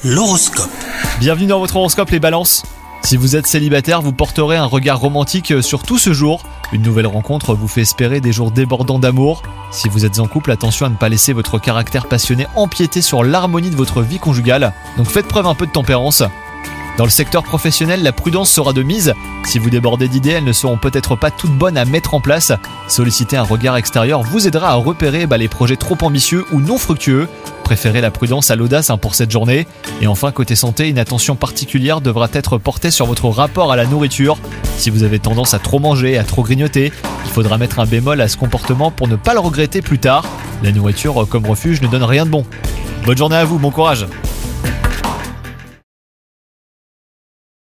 L'horoscope. Bienvenue dans votre horoscope les balances. Si vous êtes célibataire, vous porterez un regard romantique sur tout ce jour. Une nouvelle rencontre vous fait espérer des jours débordants d'amour. Si vous êtes en couple, attention à ne pas laisser votre caractère passionné empiéter sur l'harmonie de votre vie conjugale. Donc faites preuve un peu de tempérance. Dans le secteur professionnel, la prudence sera de mise. Si vous débordez d'idées, elles ne seront peut-être pas toutes bonnes à mettre en place. Solliciter un regard extérieur vous aidera à repérer les projets trop ambitieux ou non fructueux. Préférez la prudence à l'audace pour cette journée. Et enfin, côté santé, une attention particulière devra être portée sur votre rapport à la nourriture. Si vous avez tendance à trop manger, à trop grignoter, il faudra mettre un bémol à ce comportement pour ne pas le regretter plus tard. La nourriture comme refuge ne donne rien de bon. Bonne journée à vous, bon courage.